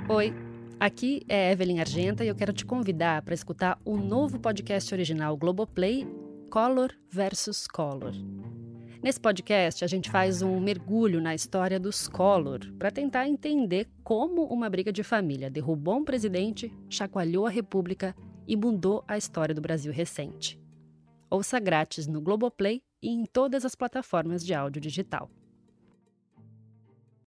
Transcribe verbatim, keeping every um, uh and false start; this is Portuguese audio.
Oi, aqui é Evelyn Argenta e eu quero te convidar para escutar o novo podcast original Globoplay, Collor versus Collor. Nesse podcast, a gente faz um mergulho na história dos Collor para tentar entender como uma briga de família derrubou um presidente, chacoalhou a República e mudou a história do Brasil recente. Ouça grátis no Globoplay e em todas as plataformas de áudio digital.